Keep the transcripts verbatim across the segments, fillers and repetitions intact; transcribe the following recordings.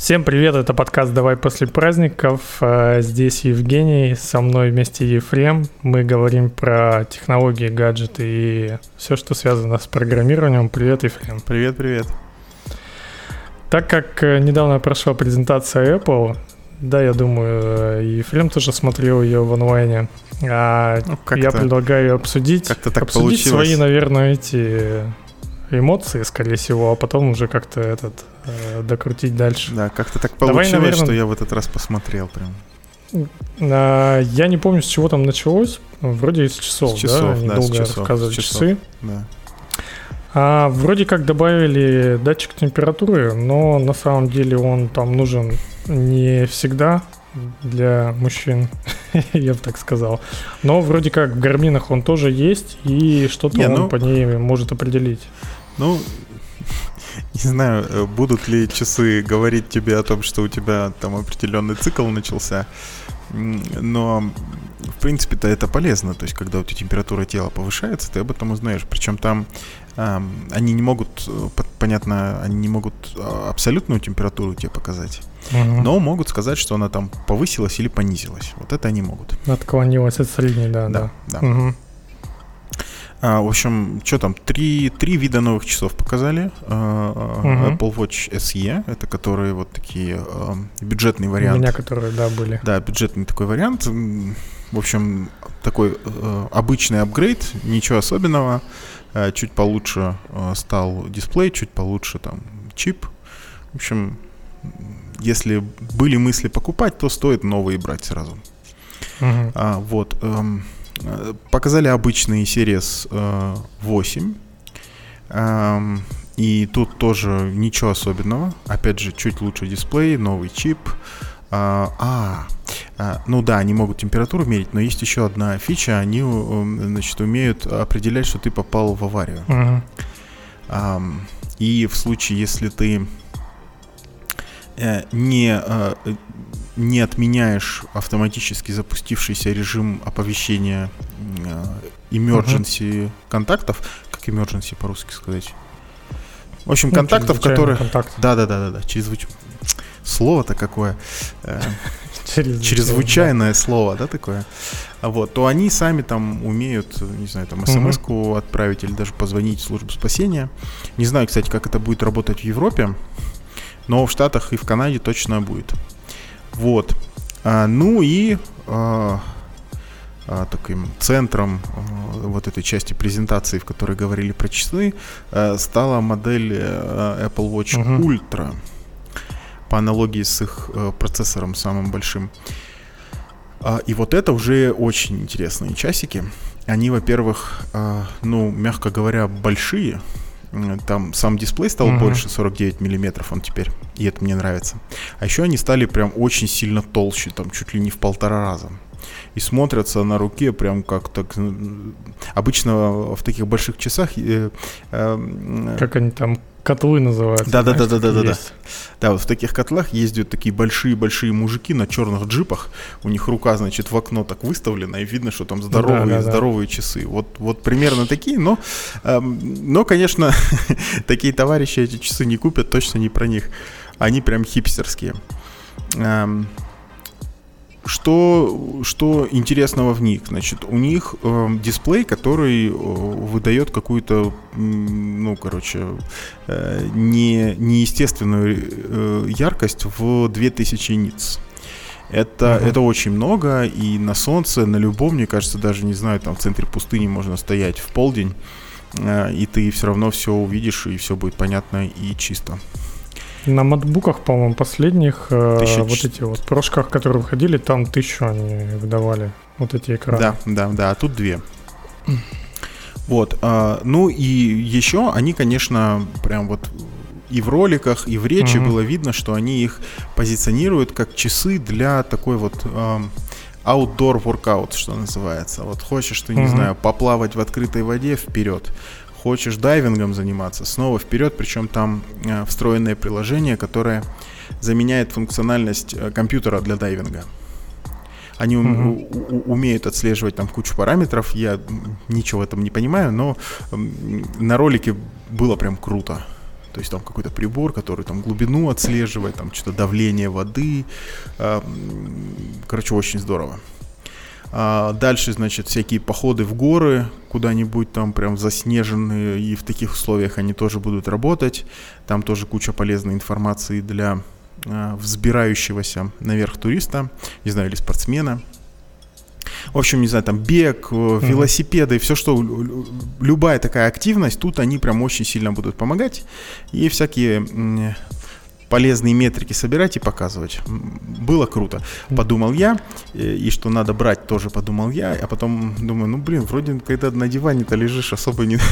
Всем привет, это подкаст «Давай после праздников». Здесь Евгений, со мной вместе Ефрем. Мы говорим про технологии, гаджеты и все, что связано с программированием. Привет, Ефрем. Привет, привет. Так как недавно прошла презентация Apple, да, я думаю, Ефрем тоже смотрел ее в онлайне, а ну, я предлагаю обсудить, как-то так обсудить получилось. свои, наверное, эти... эмоции, скорее всего, а потом уже как-то этот э, докрутить дальше. Да, как-то так получилось, Давай, наверное, что я в этот раз посмотрел прям. А, я не помню, с чего там началось. Вроде из часов, с часов да? Они да, долго часов, рассказывали часы. Да. А, вроде как добавили датчик температуры, но на самом деле он там нужен не всегда для мужчин, я бы так сказал. Но вроде как в гарминах он тоже есть, и что-то не, он ну... по ней может определить. Ну, не знаю, будут ли часы говорить тебе о том, что у тебя там определенный цикл начался, но в принципе-то это полезно. То есть, когда у тебя температура тела повышается, ты об этом узнаешь. Причем там э, они не могут, понятно, они не могут абсолютную температуру тебе показать, угу. но могут сказать, что она там повысилась или понизилась. Вот это они могут. Отклонилась от средней, да, да. да. да. Угу. А, в общем, что там, три, три вида новых часов показали. Uh-huh. Apple Watch эс и, это которые вот такие uh, бюджетный вариант. У меня которые, да, были. Да, бюджетный такой вариант. В общем, такой uh, обычный апгрейд, ничего особенного. Uh, чуть получше uh, стал дисплей, чуть получше там чип. В общем, если были мысли покупать, то стоит новые брать сразу. Uh-huh. Uh, вот. Um, Показали обычные Series восемь, и тут тоже ничего особенного. Опять же, чуть лучше дисплей, новый чип. А, ну да, они могут температуру мерить, но есть еще одна фича. Они, значит, умеют определять, что ты попал в аварию. Uh-huh. И в случае, если ты не... не отменяешь автоматически запустившийся режим оповещения emergency uh-huh. контактов, как emergency по-русски сказать? В общем, ну, контактов, которые... Контакт. Да-да-да, чрезвыч... Слово-то какое? Чрезвычайное слово, да, такое? Вот, то они сами там умеют, не знаю, там смс-ку uh-huh. отправить или даже позвонить в службу спасения. Не знаю, кстати, как это будет работать в Европе, но в Штатах и в Канаде точно будет. Вот. А, ну и а, а, таким центром а, вот этой части презентации, в которой говорили про часы, а, стала модель а, Apple Watch uh-huh. Ultra, по аналогии с их а, процессором самым большим. А, и вот это уже очень интересные часики. Они, во-первых, а, ну, мягко говоря, большие. Там сам дисплей стал uh-huh. больше, сорок девять миллиметров он теперь, и это мне нравится. А еще они стали прям очень сильно толще, там чуть ли не в полтора раза. И смотрятся на руке прям как так... Обычно в таких больших часах... Э, э, как они там, котлы называются. Да-да-да-да-да-да. Да, вот в таких котлах ездят такие большие-большие мужики на черных джипах. У них рука, значит, в окно так выставлена, и видно, что там здоровые, да, да, здоровые да. часы. Вот, вот примерно такие, но, э, но конечно, такие товарищи эти часы не купят, точно не про них. Они прям хипстерские. Эм, Что, что интересного в них? Значит, у них э, дисплей, который э, выдает какую-то, ну, короче, э, не, неестественную э, яркость в две тысячи ниц. Это, uh-huh. это очень много, и на солнце, на любом, мне кажется, даже, не знаю, там в центре пустыни можно стоять в полдень, э, и ты все равно все увидишь, и все будет понятно и чисто. На макбуках, по-моему, последних, э, вот эти вот прошках, которые выходили, там тысячу они выдавали, вот эти экраны. Да, да, да, а тут две. Вот, э, ну и еще они, конечно, прям вот и в роликах, и в речи uh-huh. было видно, что они их позиционируют как часы для такой вот э, outdoor workout, что называется. Вот хочешь ты, не uh-huh. знаю, поплавать в открытой воде, вперед. Хочешь дайвингом заниматься, снова вперед, причем там э, встроенное приложение, которое заменяет функциональность э, компьютера для дайвинга. Они ум, uh-huh. у, у, умеют отслеживать там кучу параметров, я ничего в этом не понимаю, но э, на ролике было прям круто. То есть там какой-то прибор, который там глубину отслеживает, там что-то давление воды. Короче, очень здорово. Дальше, значит, всякие походы в горы, куда-нибудь там прям заснеженные, и в таких условиях они тоже будут работать. Там тоже куча полезной информации для взбирающегося наверх туриста, не знаю, или спортсмена. В общем, не знаю, там бег, велосипеды, все что, любая такая активность, тут они прям очень сильно будут помогать. И всякие полезные метрики собирать и показывать. Было круто, подумал я. И что надо брать, тоже подумал я. А потом думаю, ну блин, вроде когда на диване-то лежишь, особо не...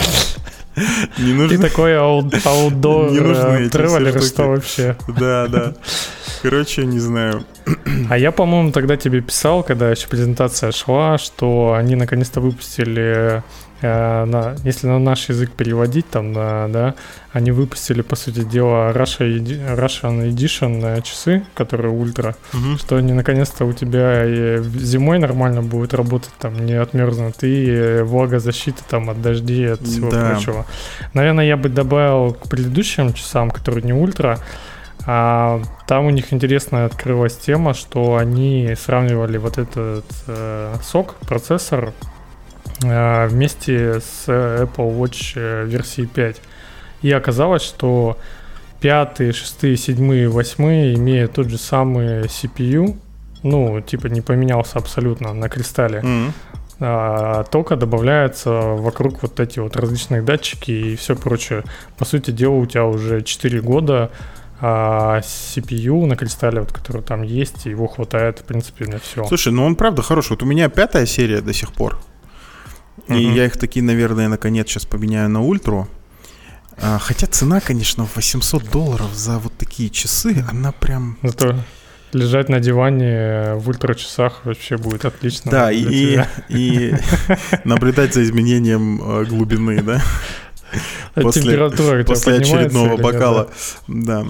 Не нужны... Ты такой аутдор тревелер, что вообще? Да, да. Короче, не знаю. А я, по-моему, тогда тебе писал, когда еще презентация шла, что они наконец-то выпустили, э, на, если на наш язык переводить, там, на, да, они выпустили, по сути дела, Russia, Russian Edition часы, которые ультра, угу. Что они наконец-то у тебя и зимой нормально будут работать, там, не отмерзнут, и влагозащита там от дождей, от всего да. прочего. Наверное, я бы добавил к предыдущим часам, которые не ультра. А там у них интересная открылась тема, что они сравнивали вот этот э, сок, процессор, э, вместе с Apple Watch версии пять. И оказалось, что пятый, шестый, седьмой, восьмой имеют тот же самый си пи ю, ну, типа не поменялся абсолютно на кристалле. Mm-hmm. А, только добавляется вокруг вот эти вот различные датчики и все прочее. По сути дела, у тебя уже четыре года а си пи ю на кристалле, вот, который там есть, его хватает, в принципе, на все. Слушай, ну он правда хороший. Вот у меня пятая серия до сих пор. Uh-huh. И я их такие, наверное, наконец сейчас поменяю на ультру. А, хотя цена, конечно, восемьсот долларов за вот такие часы, она прям... Зато лежать на диване в ультрачасах вообще будет отлично. Да, и, и наблюдать за изменением глубины, да? После, температура после очередного бокала. Да.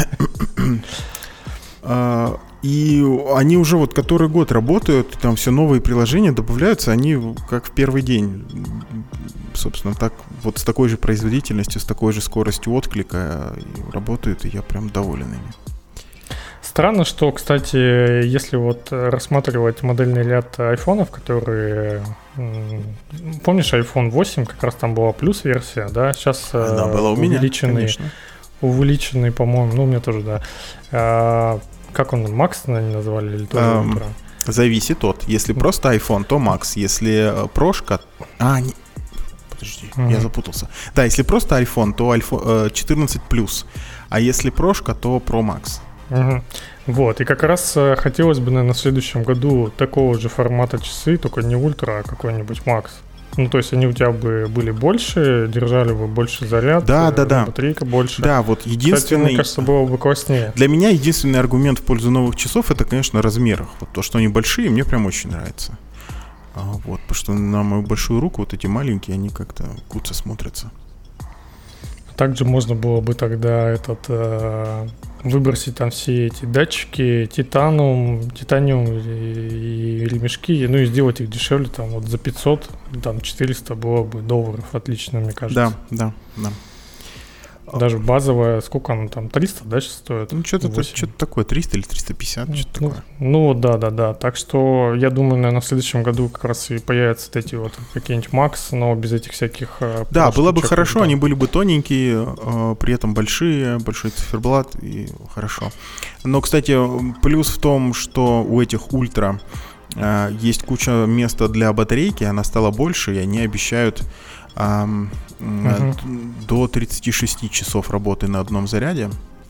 а, и они уже вот который год работают, там все новые приложения добавляются, они как в первый день. Собственно, так вот с такой же производительностью, с такой же скоростью отклика работают, и я прям доволен ими. Странно, что, кстати, если вот рассматривать модельный ряд айфонов, которые... Помнишь, айфон восемь, как раз там была плюс-версия, да? Сейчас Она была у меня, конечно. Увеличенный, по-моему, ну, у меня тоже, да. А, как он, Макс, наверное, назвали? Или тоже um, Ультра? Зависит от. Если просто iPhone, то Max. Если прошка... А, не... Подожди, uh-huh. я запутался. Да, если просто iPhone, то iPhone четырнадцать плюс. А если прошка, то Pro Max. Угу. Вот, и как раз э, хотелось бы, наверное, в следующем году такого же формата часы, только не ультра, а какой-нибудь Max. Ну, то есть они у тебя бы были больше, держали бы больше заряд, да, да, да. батарейка больше. Да, вот единственный... Кстати, мне кажется, было бы класснее. Для меня единственный аргумент в пользу новых часов — это, конечно, размерах. Вот то, что они большие, мне прям очень нравится. А, вот, потому что на мою большую руку вот эти маленькие, они как-то куца смотрятся. Также можно было бы тогда этот... Э, выбросить там все эти датчики, титаниум, титаниум и, и ремешки, ну и сделать их дешевле, там вот за пятьсот, там четыреста было бы долларов, отлично, мне кажется. Да, да, да. Даже базовая, сколько она там, триста, да, сейчас стоит? Ну, что-то, что-то такое, триста или триста пятьдесят, ну, что-то ну, такое. Ну, да, да, да. Так что, я думаю, наверное, в следующем году как раз и появятся вот эти вот какие-нибудь Макс, но без этих всяких... Да, было бы хорошо, они были бы тоненькие, при этом большие, большой циферблат, и хорошо. Но, кстати, плюс в том, что у этих ультра есть куча места для батарейки, она стала больше, и они обещают... Um, uh-huh. до тридцать шесть часов работы на одном заряде.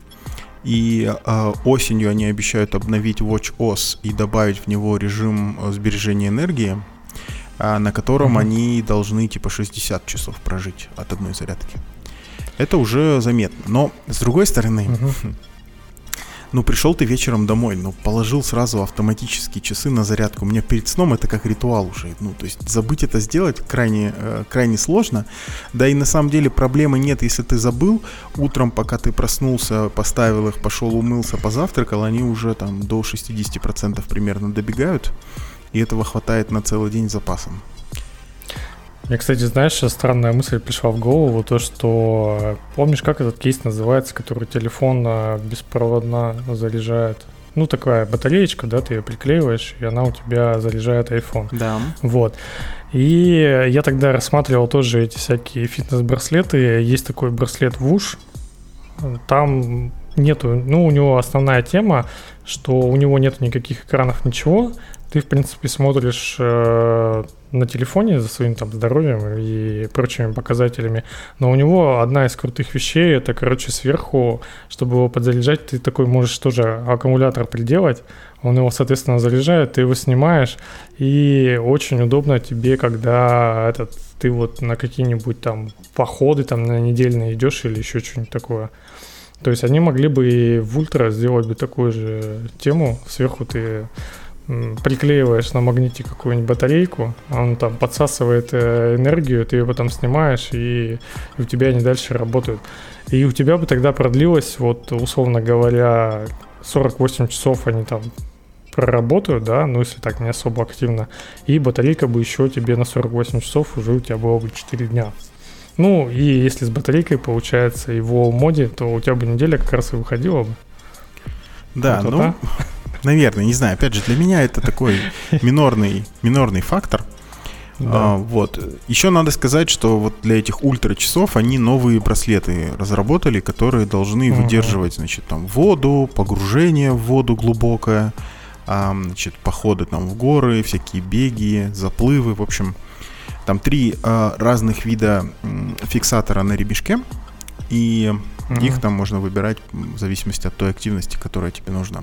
И uh, осенью они обещают обновить WatchOS и добавить в него режим сбережения энергии, uh, на котором uh-huh. они должны типа шестьдесят часов прожить от одной зарядки. Это уже заметно. Но с другой стороны, uh-huh. ну пришел ты вечером домой, ну положил сразу автоматические часы на зарядку. У меня перед сном это как ритуал уже. Ну то есть забыть это сделать крайне, э, крайне сложно. Да и на самом деле проблемы нет, если ты забыл. Утром, пока ты проснулся, поставил их, пошел умылся, позавтракал, они уже там до шестьдесят процентов примерно добегают. И этого хватает на целый день с запасом. Мне, кстати, знаешь, сейчас странная мысль пришла в голову, то, что помнишь, как этот кейс называется, который телефон беспроводно заряжает? Ну, такая батареечка, да, ты ее приклеиваешь, и она у тебя заряжает iPhone. Да. Вот. И я тогда рассматривал тоже эти всякие фитнес-браслеты. Есть такой браслет Whoosh. Там нету, ну, у него основная тема, что у него нет никаких экранов, ничего. Ты, в принципе, смотришь э, на телефоне за своим там здоровьем и прочими показателями, но у него одна из крутых вещей, это, короче, сверху, чтобы его подзаряжать, ты такой можешь тоже аккумулятор приделать, он его, соответственно, заряжает, ты его снимаешь, и очень удобно тебе, когда этот, ты вот на какие-нибудь там походы там на недельные идешь или еще что-нибудь такое. То есть они могли бы и в ультра сделать бы такую же тему, сверху ты приклеиваешь на магните какую-нибудь батарейку, он там подсасывает энергию, ты ее потом снимаешь, и, и у тебя они дальше работают. И у тебя бы тогда продлилось, вот условно говоря, сорок восемь часов они там проработают, да, ну если так не особо активно, и батарейка бы еще тебе на сорок восемь часов уже у тебя было бы четыре дня. Ну и если с батарейкой получается его моде, то у тебя бы неделя как раз и выходила бы. Да, вот ну... это. Наверное, не знаю. Опять же, для меня это такой минорный, минорный фактор. Да. А, вот. Еще надо сказать, что вот для этих ультрачасов они новые браслеты разработали, которые должны uh-huh. выдерживать, значит, там воду, погружение в воду глубокое, а, значит, походы там в горы, всякие беги, заплывы. В общем, там три а, разных вида м, фиксатора на ремешке, и uh-huh. их там можно выбирать в зависимости от той активности, которая тебе нужна.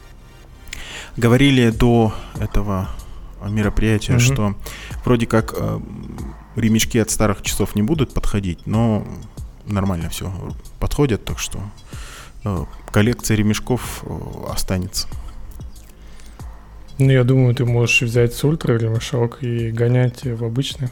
Говорили до этого мероприятия, mm-hmm. что вроде как э, ремешки от старых часов не будут подходить, но нормально все подходят, так что э, коллекция ремешков э, останется. Ну, я думаю, ты можешь взять с ультра ремешок и гонять в обычных.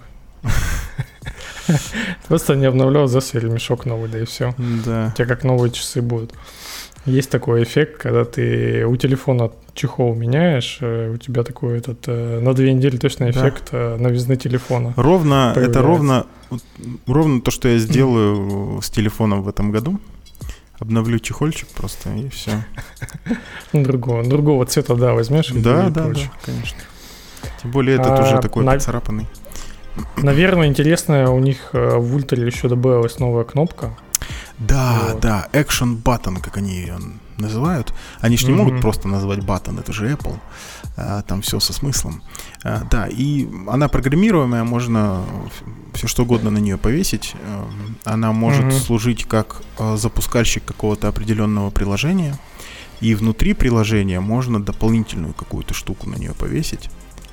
Просто не обновлял за свой ремешок новый, да и все. Да. У тебя как новые часы будут. Есть такой эффект, когда ты у телефона чехол меняешь, у тебя такой этот на две недели точно эффект да. новизны телефона. Ровно, появляется. Это ровно, ровно то, что я сделаю с телефоном в этом году. Обновлю чехольчик просто и все. Другого, другого цвета, да, возьмешь. Да, да, да, конечно. Тем более этот а, уже такой на... поцарапанный. Наверное, интересно, у них в ультре еще добавилась новая кнопка. Да, вот. да, Action Button, как они ее называют. Они же не mm-hmm. могут просто назвать Button, это же Apple. А, там все со смыслом. А, да, и она программируемая, можно все что угодно на нее повесить. Она может mm-hmm. служить как запускальщик какого-то определенного приложения. И внутри приложения можно дополнительную какую-то штуку на нее повесить.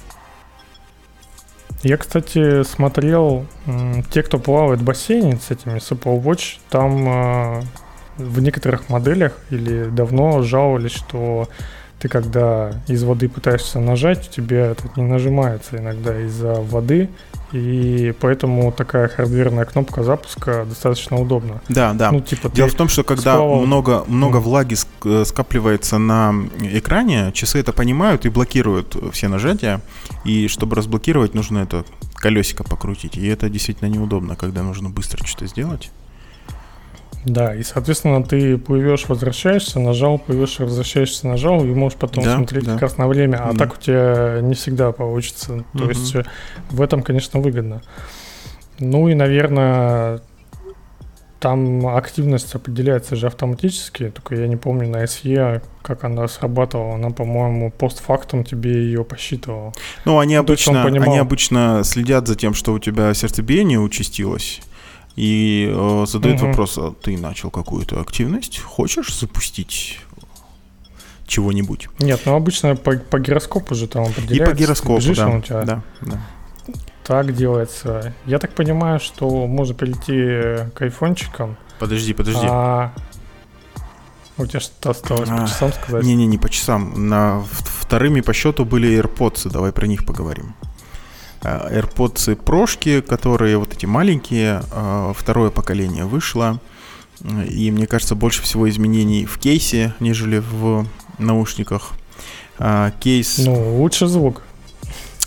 Я, кстати, смотрел, м, те, кто плавает в бассейне с этими, с Apple Watch, там э, в некоторых моделях или давно жаловались, что ты, когда из воды пытаешься нажать, у тебя это не нажимается иногда из-за воды, и поэтому такая хардверная кнопка запуска достаточно удобна. Да, да. Ну, типа, дело в том, что когда сплавал... много, много mm. влаги скапливается на экране, часы это понимают и блокируют все нажатия. И чтобы разблокировать, нужно это колесико покрутить. И это действительно неудобно, когда нужно быстро что-то сделать. Да, и, соответственно, ты плывешь, возвращаешься, нажал, плывешь, возвращаешься, нажал, и можешь потом да, смотреть да. как раз на время, а да. так у тебя не всегда получится. То угу. есть в этом, конечно, выгодно. Ну и, наверное, там активность определяется же автоматически, только я не помню на эс и, как она срабатывала. Она, по-моему, постфактум тебе ее посчитывала. Ну, они, ну, обычно, они обычно следят за тем, что у тебя сердцебиение участилось. И э, задают угу. вопрос, а ты начал какую-то активность, хочешь запустить чего-нибудь? Нет, ну обычно по, по гироскопу же там определяется. И по гироскопу, бежишь, да, у тебя да, да. Так делается. Я так понимаю, что можно перейти к айфончикам. Подожди, подожди. А... У тебя что-то осталось а, по часам сказать? Не-не, не по часам. На, вторыми по счету были AirPods, давай про них поговорим. AirPods Прошки, которые вот эти маленькие, второе поколение вышло, и мне кажется, больше всего изменений в кейсе, нежели в наушниках. Кейс... Ну, лучше звук.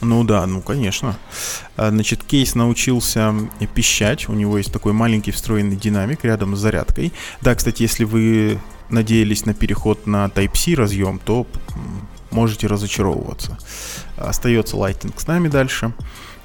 Ну да, ну конечно. Значит, кейс научился пищать. У него есть такой маленький встроенный динамик рядом с зарядкой. Да, кстати, если вы надеялись на переход на Type-C разъем, то можете разочаровываться. Остается Lightning с нами дальше.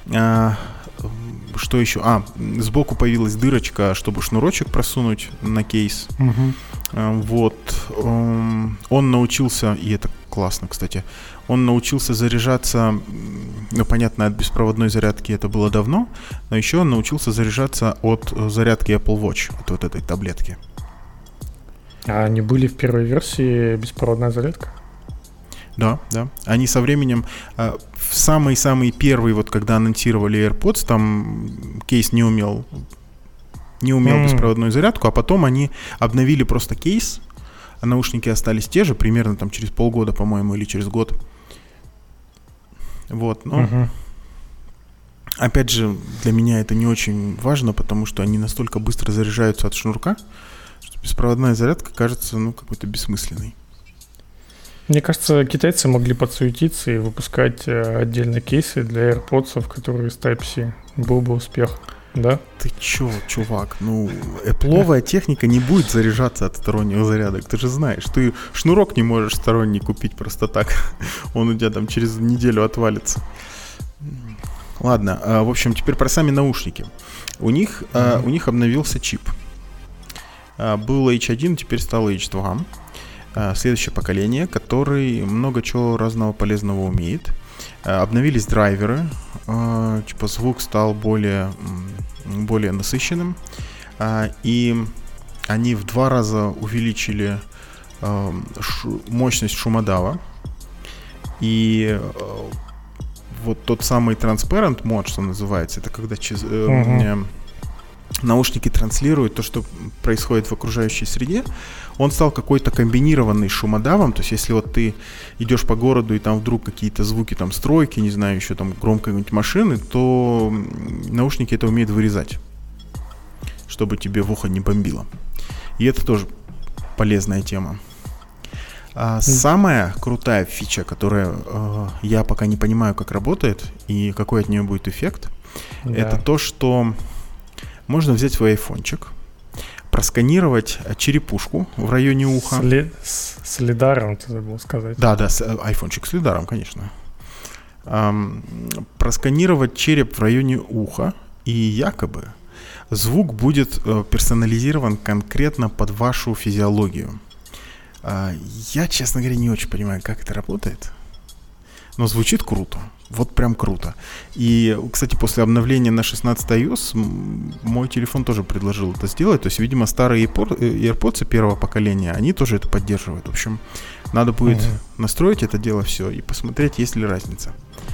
Что еще? А, сбоку появилась дырочка, чтобы шнурочек просунуть на кейс. Угу. Вот. Он научился, и это классно, кстати, он научился заряжаться, ну, понятно, от беспроводной зарядки это было давно, но еще он научился заряжаться от зарядки Apple Watch, от вот этой таблетки. А они были в первой версии беспроводная зарядка? Да, да. Они со временем, в самый-самый первый, вот когда анонсировали AirPods, там кейс не умел, не умел mm. беспроводную зарядку, а потом они обновили просто кейс, а наушники остались те же, примерно там через полгода, по-моему, или через год. Вот, но uh-huh. опять же, для меня это не очень важно, потому что они настолько быстро заряжаются от шнурка, что беспроводная зарядка кажется, ну, какой-то бессмысленной. Мне кажется, китайцы могли подсуетиться и выпускать отдельно кейсы для AirPods, которые с Type-C. Был бы успех, да? Ты чё, чувак, ну, Apple'овая техника не будет заряжаться от сторонних зарядок, ты же знаешь. Ты шнурок не можешь сторонний купить просто так. Он у тебя там через неделю отвалится. Ладно, в общем, теперь про сами наушники. У них, mm-hmm. у них обновился чип. Был эйч один, теперь стал эйч два. Следующее поколение, который много чего разного полезного умеет. Обновились драйверы, типа звук стал более, более насыщенным, и они в два раза увеличили мощность шумодава. И вот тот самый Transparent Mode, что называется, это когда uh-huh. наушники транслируют то, что происходит в окружающей среде, он стал какой-то комбинированный шумодавом. То есть, если вот ты идешь по городу и там вдруг какие-то звуки, там стройки, не знаю, еще там громкой какой-нибудь машины, то наушники это умеют вырезать, чтобы тебе в ухо не бомбило. И это тоже полезная тема. А самая крутая фича, которая э, я пока не понимаю, как работает и какой от нее будет эффект, да. это то, что можно взять свой айфончик, просканировать черепушку в районе уха. Сли- с, с лидаром, ты забыл сказать. Да, да, с, айфончик с лидаром, конечно. Эм, просканировать череп в районе уха, и якобы звук будет э, персонализирован конкретно под вашу физиологию. Э, я, честно говоря, не очень понимаю, как это работает, но звучит круто. Вот прям круто. И, кстати, после обновления на шестнадцатый iOS мой телефон тоже предложил это сделать. То есть, видимо, старые AirPods первого поколения, они тоже это поддерживают. В общем, надо будет mm-hmm. настроить это дело все и посмотреть, есть ли разница.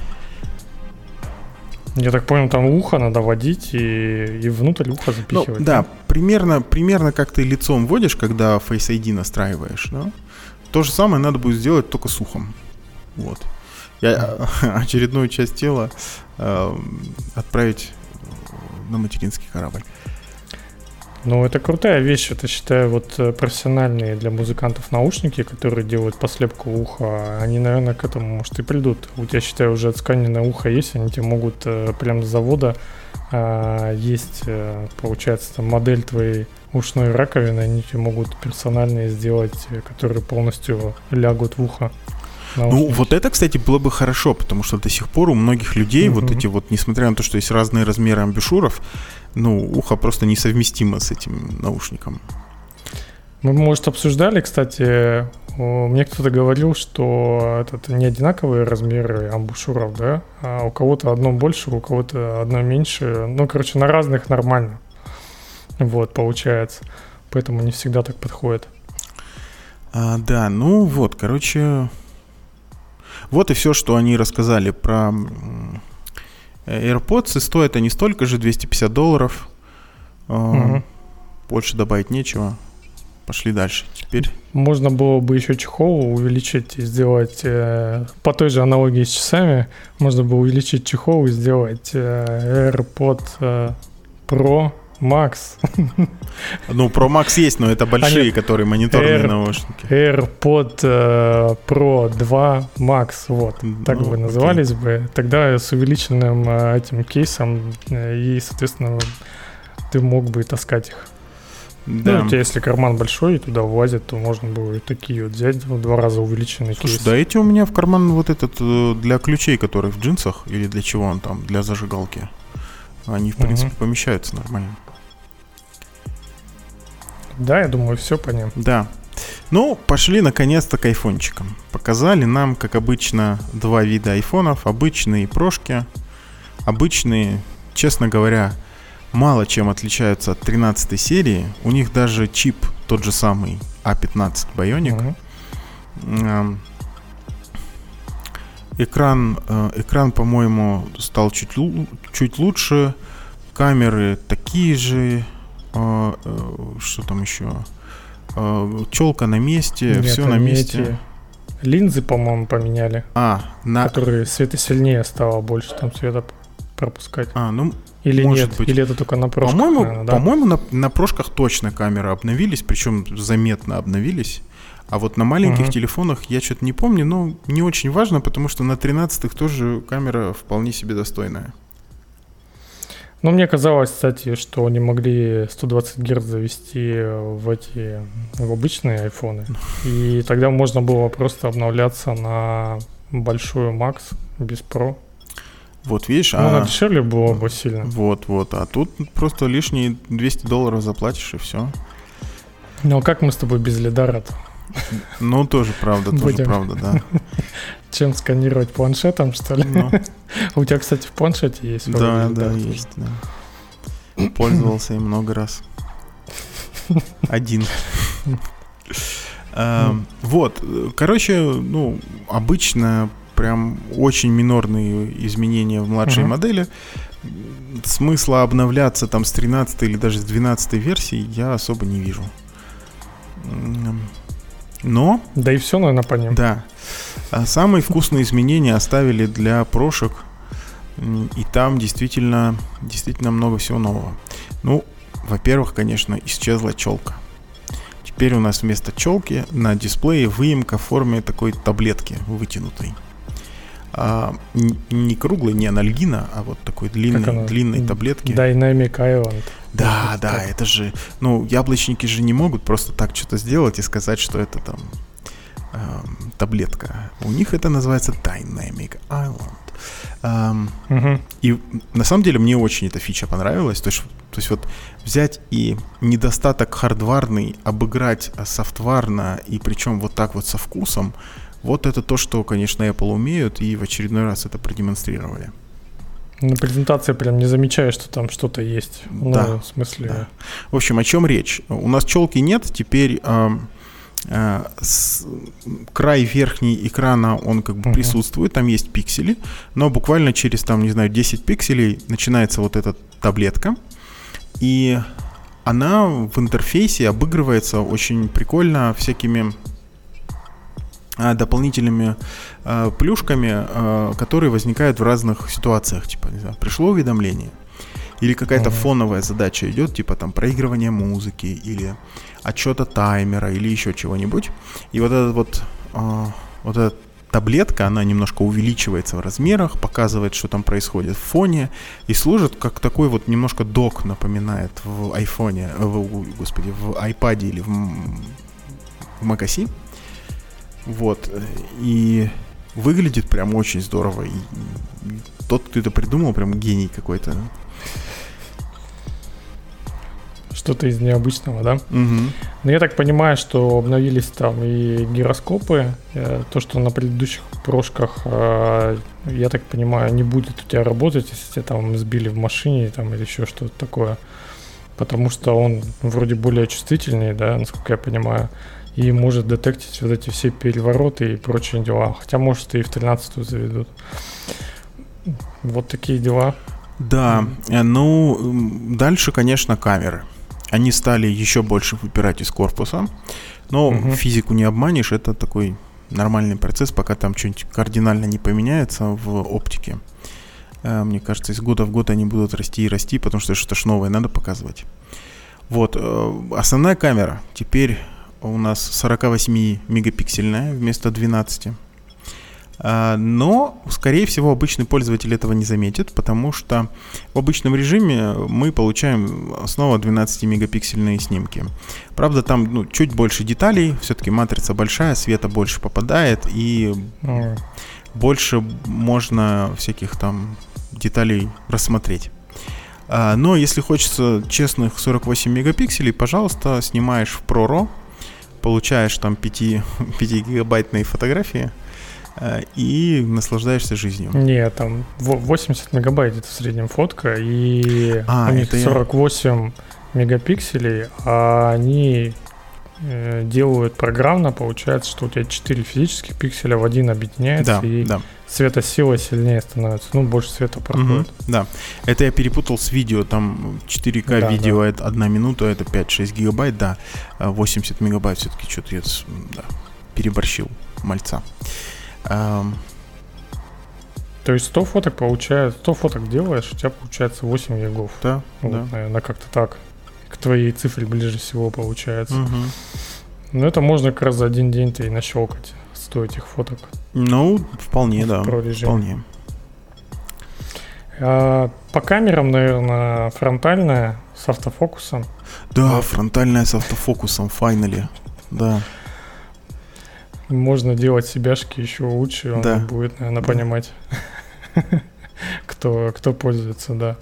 Я так понял, там ухо надо водить и, и внутрь уха запихивать. Ну, да, примерно, примерно как ты лицом вводишь, когда Face ай ди настраиваешь. Да? То же самое надо будет сделать только с ухом. Вот. Я очередную часть тела э, отправить на материнский корабль. Ну, это крутая вещь. Это, считаю, вот профессиональные для музыкантов наушники, которые делают послепку уха, они, наверное, к этому, может, и придут. У тебя, считаю, уже отсканенное ухо есть, они тебе могут э, прямо с завода э, есть, э, получается, там, модель твоей ушной раковины, они тебе могут персональные сделать, которые полностью лягут в ухо. Ну, вот это, кстати, было бы хорошо, потому что до сих пор у многих людей, mm-hmm. вот эти вот, несмотря на то, что есть разные размеры амбушюров, ну, ухо просто несовместимо с этим наушником. Мы, может, обсуждали, кстати, мне кто-то говорил, что это не одинаковые размеры амбушюров, да, а у кого-то одно больше, у кого-то одно меньше, ну, короче, на разных нормально, вот, получается, поэтому не всегда так подходит. А, да, ну, вот, короче... Вот и все, что они рассказали про AirPods. И стоят они столько же, двести пятьдесят долларов. Угу. Больше добавить нечего. Пошли дальше. Теперь... Можно было бы еще чехол увеличить и сделать, э, по той же аналогии с часами, можно было увеличить чехол и сделать э, AirPod э, Pro Max. Ну, Pro Max есть, но это большие, а нет, которые мониторные Air, наушники. AirPod uh, Pro два Max, вот, так ну, бы назывались окей. бы. Тогда с увеличенным uh, этим кейсом, uh, и, соответственно, ты мог бы таскать их. Да. Ну, у тебя, если карман большой и туда влазит, то можно было и такие вот взять в два раза увеличенный Слушай, кейс. да эти у меня в карман вот этот для ключей, который в джинсах, или для чего он там, для зажигалки. Они, в принципе, угу. помещаются нормально. Да, я думаю, все по ним. Да. Ну, пошли наконец-то к айфончикам. Показали нам, как обычно, два вида айфонов. Обычные прошки. Обычные, честно говоря, мало чем отличаются от тринадцатой серии. У них даже чип тот же самый а пятнадцать Bionic. Угу. Экран, экран, по-моему, стал чуть, чуть лучше. Камеры такие же. Что там еще? Челка на месте. Нет, все на месте. Эти линзы, по-моему, поменяли. А, на... которые светосильнее стало, больше там света пропускать. А, ну, или может нет, быть. Или это только на прошках, По-моему, наверное, да? по-моему на, на прошках точно камеры обновились, причем заметно обновились. А вот на маленьких uh-huh. телефонах я что-то не помню, но не очень важно, потому что на тринадцатых тоже камера вполне себе достойная. Ну, мне казалось, кстати, что они могли сто двадцать герц завести в эти в обычные айфоны. И тогда можно было просто обновляться на большую Max без Pro. Вот видишь, ну, а... она дешевле было бы сильно. Вот, вот, а тут просто лишние двести долларов заплатишь и все. Ну, а как мы с тобой без лидара-то? Ну, тоже правда, тоже Будем. правда, да. Чем сканировать планшетом, что ли? Ну. У тебя, кстати, в планшете есть? Да, да, есть, да. Пользовался им много раз. Один. Вот, короче, ну, обычно прям очень минорные изменения в младшей модели. Смысла обновляться там с тринадцатой или даже с двенадцатой версии я особо не вижу. Но... Да и все, наверное, по ним. Да. А самые вкусные изменения оставили для прошек. И там действительно, действительно много всего нового. Ну, во-первых, конечно, исчезла челка. Теперь у нас вместо челки на дисплее выемка в форме такой таблетки вытянутой. А, не, не круглой, не анальгина, а вот такой длинной, длинной таблетки. Dynamic Island. Да, вот да, так. Это же... Ну, яблочники же не могут просто так что-то сделать и сказать, что это там э, таблетка. У них это называется Dynamic Island. Эм, угу. И на самом деле мне очень эта фича понравилась. То есть, то есть вот взять и недостаток хардварный обыграть софтварно, и причем вот так вот со вкусом, вот это то, что, конечно, Apple умеют, и в очередной раз это продемонстрировали. На презентации прям не замечаешь, что там что-то есть. Да. Ну, в смысле... Да. В общем, о чем речь? У нас челки нет, теперь э, э, с, край верхний экрана, он как бы uh-huh. присутствует, там есть пиксели, но буквально через, там, не знаю, десять пикселей начинается вот эта таблетка, и она в интерфейсе обыгрывается очень прикольно всякими... дополнительными э, плюшками, э, которые возникают в разных ситуациях. Типа, не знаю, пришло уведомление, или какая-то uh-huh. фоновая задача идет, типа там проигрывание музыки, или отчета таймера, или еще чего-нибудь. И вот эта вот, э, вот эта таблетка, она немножко увеличивается в размерах, показывает, что там происходит в фоне, и служит как такой вот немножко док, напоминает в айфоне, в, господи, в iPad или в, в macOS. Вот, и выглядит прям очень здорово. И, и тот, кто это придумал, прям гений какой-то. Что-то из необычного, да? Угу. Но я так понимаю, что обновились там и гироскопы. То, что на предыдущих прошках, я так понимаю, не будет у тебя работать, если тебя там сбили в машине там, или еще что-то такое. Потому что он вроде более чувствительный, да, насколько я понимаю. И может детектить вот эти все перевороты и прочие дела. Хотя, может, и в тринадцатую заведут. Вот такие дела. Да, ну, дальше, конечно, камеры. Они стали еще больше выпирать из корпуса. Но угу. физику не обманешь, это такой нормальный процесс, пока там что-нибудь кардинально не поменяется в оптике. Мне кажется, из года в год они будут расти и расти, потому что что-то ж новое надо показывать. Вот, основная камера теперь у нас сорок восемь мегапиксельная вместо двенадцати. Но, скорее всего, обычный пользователь этого не заметит, потому что в обычном режиме мы получаем снова двенадцатимегапиксельные снимки. Правда, там ну, чуть больше деталей, все-таки матрица большая, света больше попадает, и mm. больше можно всяких там деталей рассмотреть. Но если хочется честных сорок восемь мегапикселей, пожалуйста, снимаешь в ProRAW, получаешь там пятигигабайтные фотографии, и наслаждаешься жизнью. Нет, там восемьдесят мегабайт это в среднем фотка, и а, у них сорок восемь я... мегапикселей, а они э, делают программно, получается, что у тебя четыре физических пикселя в один объединяется, да, и да. светосила сильнее становится, ну, больше света проходит. Mm-hmm, да, это я перепутал с видео, там четыре ка да, видео, да. Это одна минута, это пять-шесть гигабайт, да, восемьдесят мегабайт все-таки что-то я да, переборщил, мальца. Um, То есть сто фоток получается, сто фоток делаешь, у тебя получается восемь гигов. Да, вот, да. Наверное, как-то так. К твоей цифре ближе всего получается. Угу. Но это можно как раз за один день-то и нащелкать, сто этих фоток. Ну, вполне, да, вполне. А, по камерам, наверное, фронтальная с автофокусом. Да, вот. Фронтальная с автофокусом, finally, да. Можно делать себяшки еще лучше, он да. будет, наверное, понимать, кто, кто пользуется, да.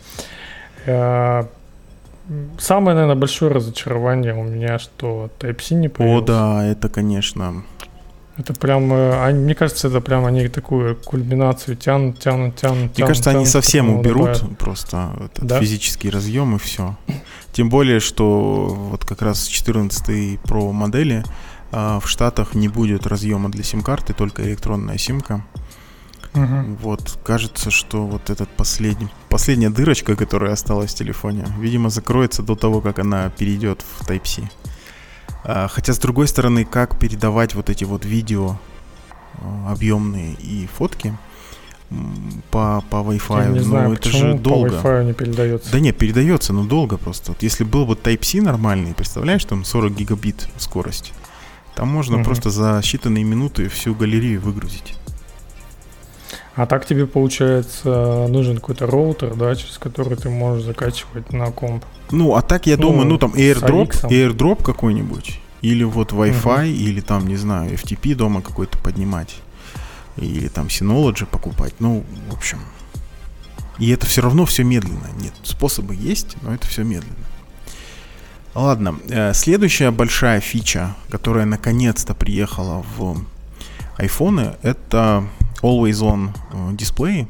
Самое, наверное, большое разочарование у меня, что Type-C не появился. О, да, это, конечно. Это прям, мне кажется, это прям они такую кульминацию тянут, тянут, тянут. Мне тянут, кажется, тянут, они совсем уберут добавят. просто этот да? физический разъем и все. Тем более, что вот как раз четырнадцатой Pro модели в Штатах не будет разъема для сим-карты, только электронная симка. Uh-huh. Вот, кажется, что вот этот последний, последняя дырочка, которая осталась в телефоне, видимо, закроется до того, как она перейдет в Type-C. А, хотя, с другой стороны, как передавать вот эти вот видео объемные и фотки по, по Wi-Fi? Я не ну, знаю, это же по долго. Wi-Fi не передается. Да нет, передается, но долго просто. Вот если был бы Type-C нормальный, представляешь, там сорок гигабит скорость, там можно uh-huh. просто за считанные минуты всю галерею выгрузить. А так тебе, получается, нужен какой-то роутер, да, через который ты можешь закачивать на комп. Ну, а так я ну, думаю, ну там AirDrop, AirDrop какой-нибудь, или вот Wi-Fi, uh-huh. или там, не знаю, эф ти пи дома какой-то поднимать, или там Synology покупать, ну, в общем. И это все равно все медленно. Нет, способы есть, но это все медленно. Ладно, следующая большая фича, которая наконец-то приехала в айфоны, это Always On дисплей.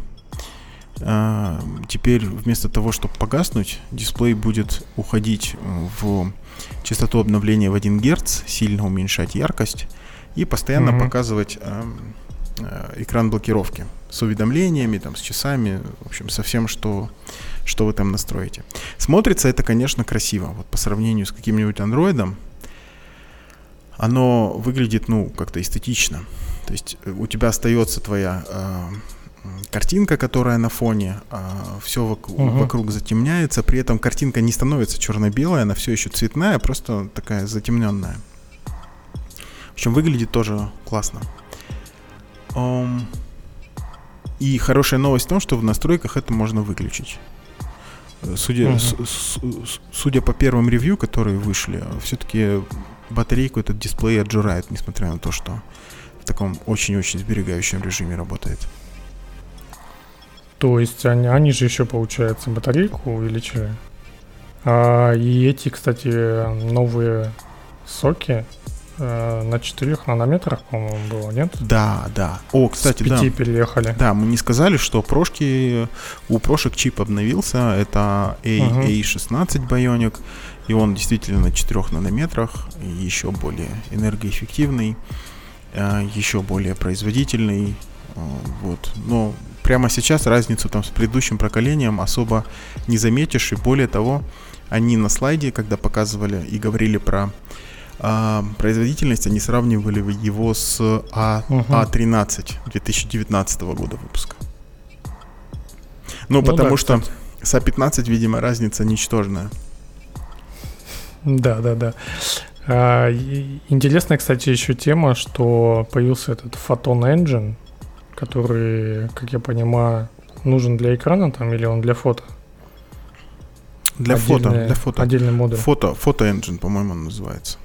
Теперь вместо того, чтобы погаснуть, дисплей будет уходить в частоту обновления в один герц, сильно уменьшать яркость и постоянно mm-hmm. показывать экран блокировки с уведомлениями, там, с часами, в общем, со всем, что, что вы там настроите. Смотрится это, конечно, красиво. Вот по сравнению с каким-нибудь андроидом, оно выглядит, ну, как-то эстетично. То есть у тебя остается твоя э, картинка, которая на фоне, э, все вокруг, uh-huh. вокруг затемняется, при этом картинка не становится черно-белая, она все еще цветная, просто такая затемненная. В общем, выглядит тоже классно. Um, и хорошая новость в том, что в настройках это можно выключить. Судя, uh-huh. с, с, судя по первым ревью, которые вышли, все-таки батарейку этот дисплей отжирает, несмотря на то, что в таком очень-очень сберегающем режиме работает. То есть они, они же еще, получается, батарейку увеличили. А, и эти, кстати, новые соки э, на четырёх нанометрах, по-моему, было, нет? Да, да. О, кстати, с пяти да. переехали. Да, мы не сказали, что прошки, у прошек чип обновился. Это эй шестнадцать Bionic. И он действительно на четырёх нанометрах, еще более энергоэффективный, еще более производительный. Вот. Но прямо сейчас разницу там с предыдущим поколением особо не заметишь. И более того, они на слайде, когда показывали и говорили про а, производительность, они сравнивали его с а, uh-huh. а тринадцать две тысячи девятнадцатого года выпуска. Ну, Ну потому да, что кстати. с а пятнадцать, видимо, разница ничтожная. Да, да, да. А, и- интересная, кстати, еще тема, что появился этот Photon Engine, который, как я понимаю, нужен для экрана там или он для фото? Для фото, Отдельный- для фото. Отдельный модуль. Фото, фото-энджин, по-моему, он называется.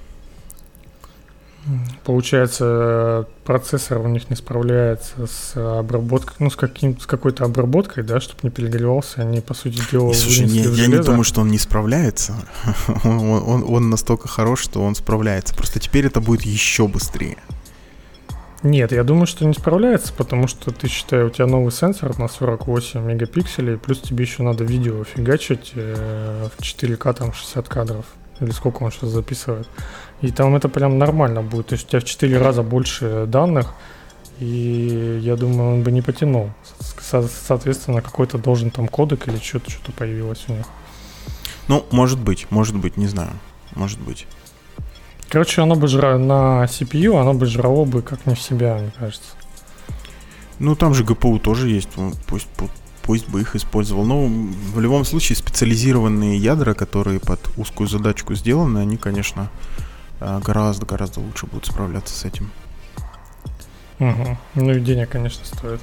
Получается, процессор у них не справляется с обработкой, ну, с, каким, с какой-то обработкой, да, чтобы не перегревался. Они, по сути дела, И, слушай, вынесли не- в я не железо. думаю, что он не справляется. он, он- он настолько хорош, что он справляется. Просто теперь это будет еще быстрее. Нет, я думаю, что не справляется, потому что ты, считай, у тебя новый сенсор на сорок восемь мегапикселей, плюс тебе еще надо видео фигачить э, в четыре ка, там шестьдесят кадров, или сколько он сейчас записывает. И там это прям нормально будет, то есть у тебя в четыре раза больше данных, и я думаю, он бы не потянул. Со- соответственно, какой-то должен там кодек или что-то, что-то появилось у них. Ну, может быть, может быть, не знаю. Может быть. Короче, оно бы жра... на си пи ю оно бы жрало бы как не в себя, мне кажется. Ну, там же ГПУ тоже есть. ну, Пусть, пу- пусть бы их использовал. Но в любом случае специализированные ядра, которые под узкую задачку сделаны, они, конечно, гораздо-гораздо лучше будут справляться с этим. Угу. Ну и денег, конечно, стоит.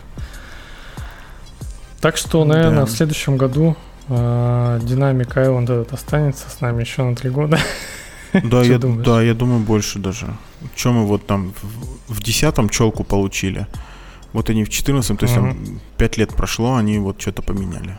Так что, наверное, Да. в следующем году э, Dynamic Island этот останется с нами еще на три года. Да, Чё я, думаешь? да, я думаю, больше даже. Чем мы вот там в, в десятом челку получили. Вот они в четырнадцатом, то есть Мгм. там пять лет прошло, они вот что-то поменяли.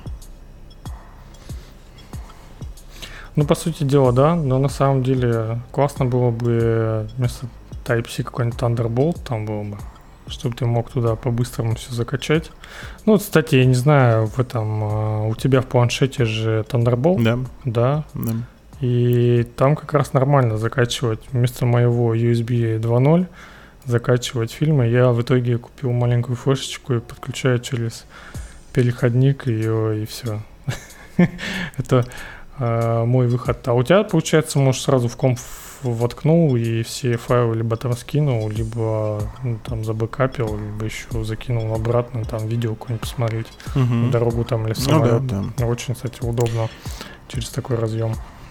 Ну, по сути дела, да, но на самом деле классно было бы вместо Type-C какой-нибудь Thunderbolt там было бы, чтобы ты мог туда по-быстрому все закачать. Ну, вот, кстати, я не знаю, в этом э, у тебя в планшете же Thunderbolt, Да, да, да. и там как раз нормально закачивать вместо моего ю эс би два ноль закачивать фильмы. Я в итоге купил маленькую флешечку и подключаю через переходник ее, и все. Это э, мой выход. А у тебя, получается, можешь сразу в комп воткнул и все файлы либо там скинул, либо ну, там забэкапил, либо еще закинул обратно, там видео какое-нибудь посмотреть, Мгм. дорогу там или в Ну да, самолет. да. Очень, кстати, удобно через такой разъем.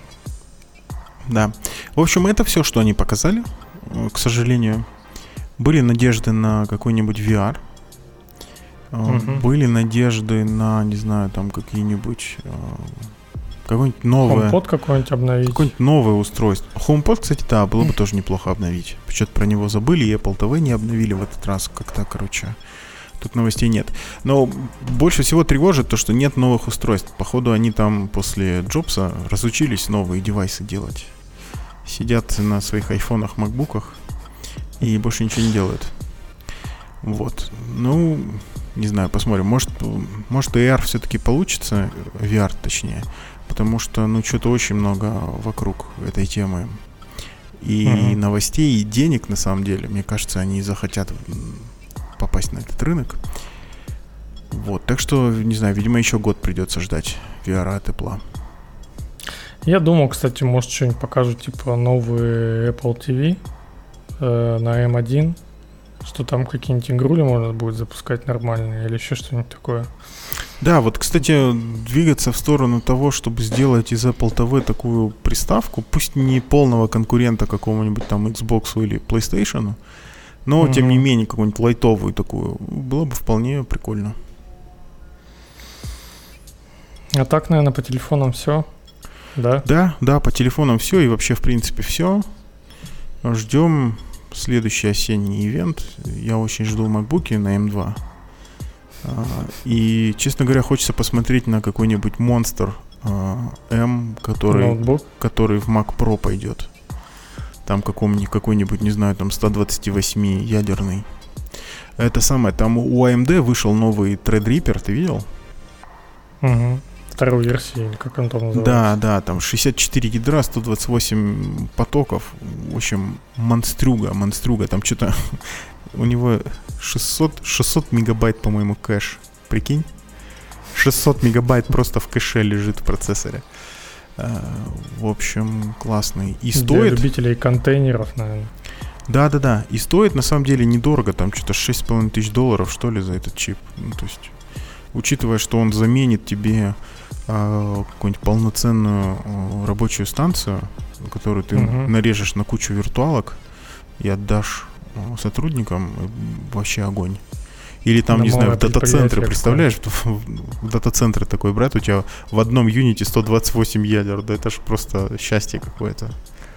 Да. В общем, это все, что они показали, э, к сожалению. Были надежды на какой-нибудь ви ар. э, Мгм. Были надежды на, не знаю, там какие-нибудь э, какое-нибудь новое, HomePod какой-нибудь обновить. какое-нибудь новое устройство. HomePod, кстати, да, было бы тоже неплохо обновить. Что-то про него забыли, и Apple ти ви не обновили в этот раз. Как-то, короче, тут новостей нет. Но больше всего тревожит то, что нет новых устройств. Походу, они там после Джобса разучились новые девайсы делать. Сидят на своих айфонах, макбуках и больше ничего не делают. Вот. Ну, не знаю, посмотрим. Может, может эй ар все-таки получится, ви ар точнее. Потому что, ну, что-то очень много вокруг этой темы. И Мгм. новостей, и денег, на самом деле. Мне кажется, они захотят м, попасть на этот рынок. Вот. Так что, не знаю, видимо, еще год придется ждать ви ар от Apple. Я думал, кстати, может, что-нибудь покажут, типа новый Apple ти ви э, на эм один, что там какие-нибудь игрули можно будет запускать нормальные или еще что-нибудь такое. Да, вот, кстати, двигаться в сторону того, чтобы сделать из Apple ти ви такую приставку, пусть не полного конкурента какому-нибудь там Xbox или PlayStation, но, Мгм. тем не менее, какую-нибудь лайтовую такую, было бы вполне прикольно. А так, наверное, по телефонам все, да? Да, да, по телефонам все и вообще, в принципе, все. Ждем следующий осенний ивент. Я очень жду MacBook'и на эм два. А, И, честно говоря, хочется посмотреть на какой-нибудь Monster а, M, который, Ноутбук. который в Mac Pro пойдет. Там каком-нибудь, какой-нибудь, не знаю, там сто двадцать восемь ядерный. Это самое, там у эй эм ди вышел новый Threadripper, ты видел? Угу. Вторую версию, или как он там называется. Да, да, там шестьдесят четыре ядра, сто двадцать восемь потоков. В общем, монстрюга, монстрюга. Там что-то у него шестьсот, шестьсот мегабайт, по-моему, кэш. Прикинь? шестьсот мегабайт просто в кэше лежит в процессоре. А, в общем, классный. И Для стоит... любителей контейнеров, наверное. Да-да-да. И стоит, на самом деле, недорого. Там что-то шесть с половиной тысяч долларов, что ли, за этот чип. Ну, то есть... учитывая, что он заменит тебе э, какую-нибудь полноценную э, рабочую станцию, которую ты uh-huh. нарежешь на кучу виртуалок и отдашь э, сотрудникам, э, вообще огонь. Или там, на не знаю, в дата-центры, представляешь, в, в дата-центры такой брать, у тебя в одном юните сто двадцать восемь ядер, да это ж просто счастье какое-то.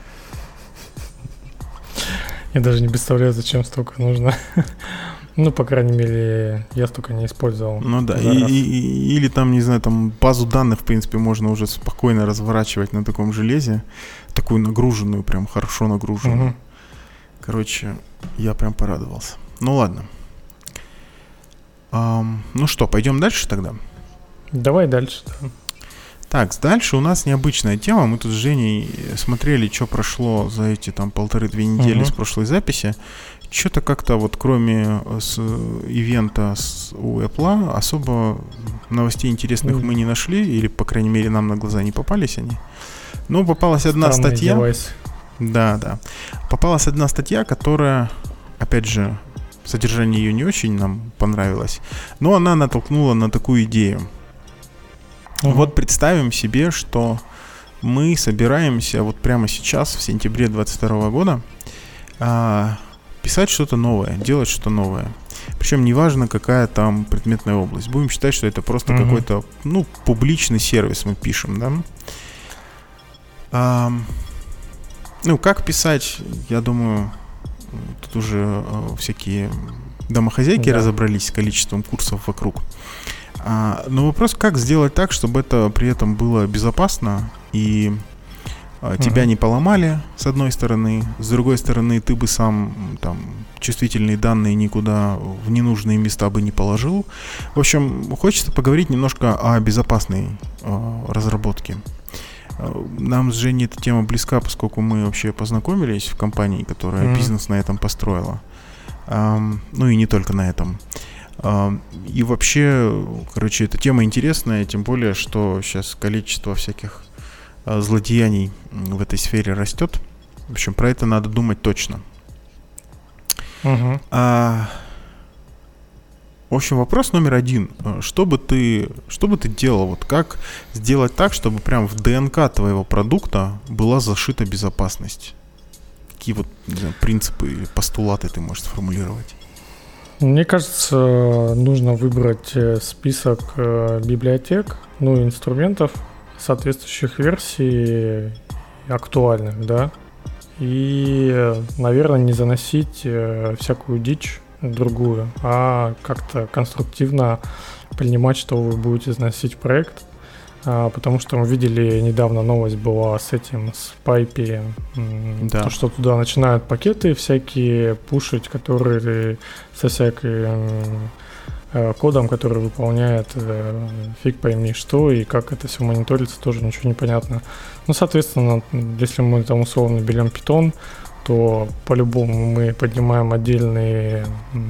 Я даже не представляю, зачем столько нужно. Ну, по крайней мере, я столько не использовал. Ну да, и, и, или там, не знаю, там базу данных, в принципе, можно уже спокойно разворачивать на таком железе, такую нагруженную, прям хорошо нагруженную. Угу. Короче, я прям порадовался. Ну ладно. Um, ну что, пойдем дальше тогда? Давай дальше. Да. Так, дальше у нас необычная тема. Мы тут с Женей смотрели, что прошло за эти там полторы-две недели uh-huh. с прошлой записи. Что-то как-то вот кроме с ивента с, у Apple особо новостей интересных uh-huh. мы не нашли, или, по крайней мере, нам на глаза не попались они. Но попалась одна Странный статья. Девайс. Да, да. Попалась одна статья, которая, опять же, содержание ее не очень нам понравилось, но она натолкнула на такую идею. Uh-huh. Вот представим себе, что мы собираемся вот прямо сейчас, в сентябре двадцать второго года, а, писать что-то новое, делать что-то новое. Причем неважно, какая там предметная область. Будем считать, что это просто uh-huh. какой-то, ну, публичный сервис мы пишем, да? А, ну, как писать, я думаю... Тут уже э, всякие домохозяйки да. разобрались с количеством курсов вокруг. А, но вопрос, как сделать так, чтобы это при этом было безопасно и э, uh-huh. тебя не поломали, с одной стороны. С другой стороны, ты бы сам там чувствительные данные никуда в ненужные места бы не положил. В общем, хочется поговорить немножко о безопасной э, разработке. Нам с Женей эта тема близка, поскольку мы вообще познакомились в компании, которая mm-hmm. бизнес на этом построила. Um, ну и не только на этом. Um, и вообще, короче, эта тема интересная, тем более, что сейчас количество всяких uh, злодеяний в этой сфере растет. В общем, про это надо думать точно. Mm-hmm. Uh, В общем, вопрос номер один. Что бы ты, что бы ты делал? Вот как сделать так, чтобы прям в ДНК твоего продукта была зашита безопасность? Какие вот, не знаю, принципы или постулаты ты можешь сформулировать? Мне кажется, нужно выбрать список библиотек, ну, инструментов, соответствующих версий актуальных, да, и, наверное, не заносить всякую дичь другую, а как-то конструктивно принимать, что вы будете заносить в проект, а, потому что мы видели недавно новость была с этим, с Пайпи, да. то, что туда начинают пакеты всякие пушить, которые со всяким э, кодом, который выполняет э, фиг пойми что, и как это все мониторится, тоже ничего не понятно. Ну, соответственно, если мы там условно берем Python, то по-любому мы поднимаем отдельный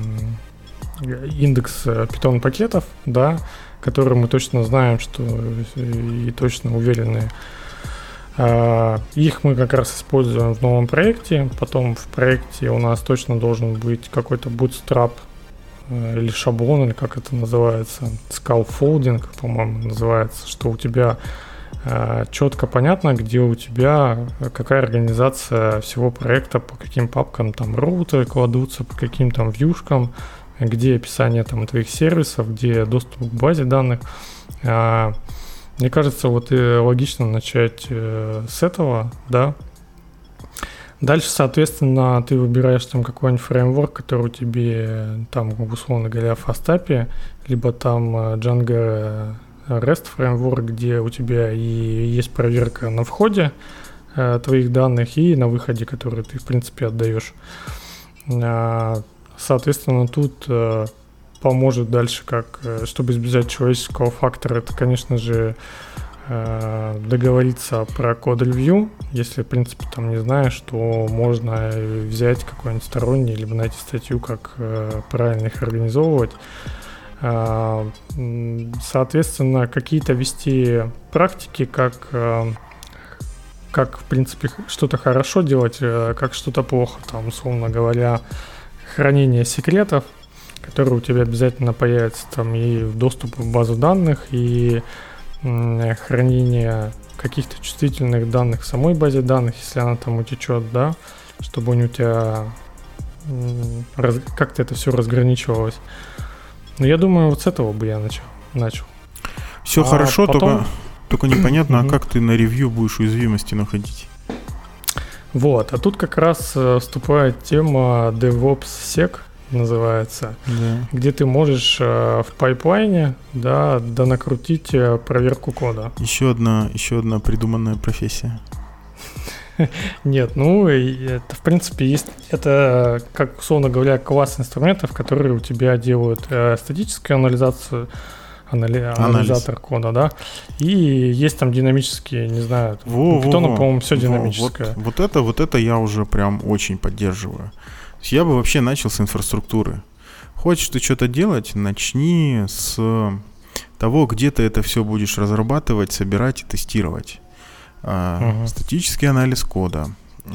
индекс Python пакетов, да, которые мы точно знаем, что и точно уверены. Их мы как раз используем в новом проекте. Потом в проекте у нас точно должен быть какой-то bootstrap или шаблон, или как это называется, scaffolding, по-моему, называется, что у тебя четко понятно, где у тебя какая организация всего проекта, по каким папкам там роутеры кладутся, по каким там вьюшкам, где описание там твоих сервисов, где доступ к базе данных. Мне кажется, вот и логично начать с этого, да. Дальше, соответственно, ты выбираешь там какой-нибудь фреймворк, который у тебя там, условно говоря, в Fastap, либо там Django REST фреймворк, где у тебя и есть проверка на входе э, твоих данных и на выходе, которые ты, в принципе, отдаешь. Э, соответственно, тут э, поможет дальше, как, э, чтобы избежать человеческого фактора, это, конечно же, э, договориться про код-ревью. Если, в принципе, там не знаешь, то можно взять какой-нибудь сторонний, либо найти статью, как э, правильно их организовывать. Соответственно, какие-то вести практики, как, как в принципе, что-то хорошо делать, как что-то плохо, там, условно говоря, хранение секретов. который у тебя обязательно появится там и доступ в базу данных, и м, хранение каких-то чувствительных данных в самой базе данных, если она там утечет, да, чтобы у тебя м, раз, как-то это все разграничивалось. Но я думаю, вот с этого бы я начал. начал. Все а хорошо, потом... только, только непонятно, а как ты на ревью будешь уязвимости находить. Вот, а тут как раз э, вступает тема DevOps-Sec, называется, да. где ты можешь э, в пайплайне, да, да накрутить э, проверку кода. Еще одна, еще одна придуманная профессия. Нет, ну, это, в принципе, есть, это, как, условно говоря, класс инструментов, которые у тебя делают э, статическую анализацию, анали, анализатор Анализ. кода, да, и есть там динамические, не знаю, во, у Python, во, по-моему, все во, динамическое. Вот, вот, это, вот это я уже прям очень поддерживаю. Я бы вообще начал с инфраструктуры. Хочешь ты что-то делать, начни с того, где ты это все будешь разрабатывать, собирать и тестировать. Uh-huh. Статический анализ кода.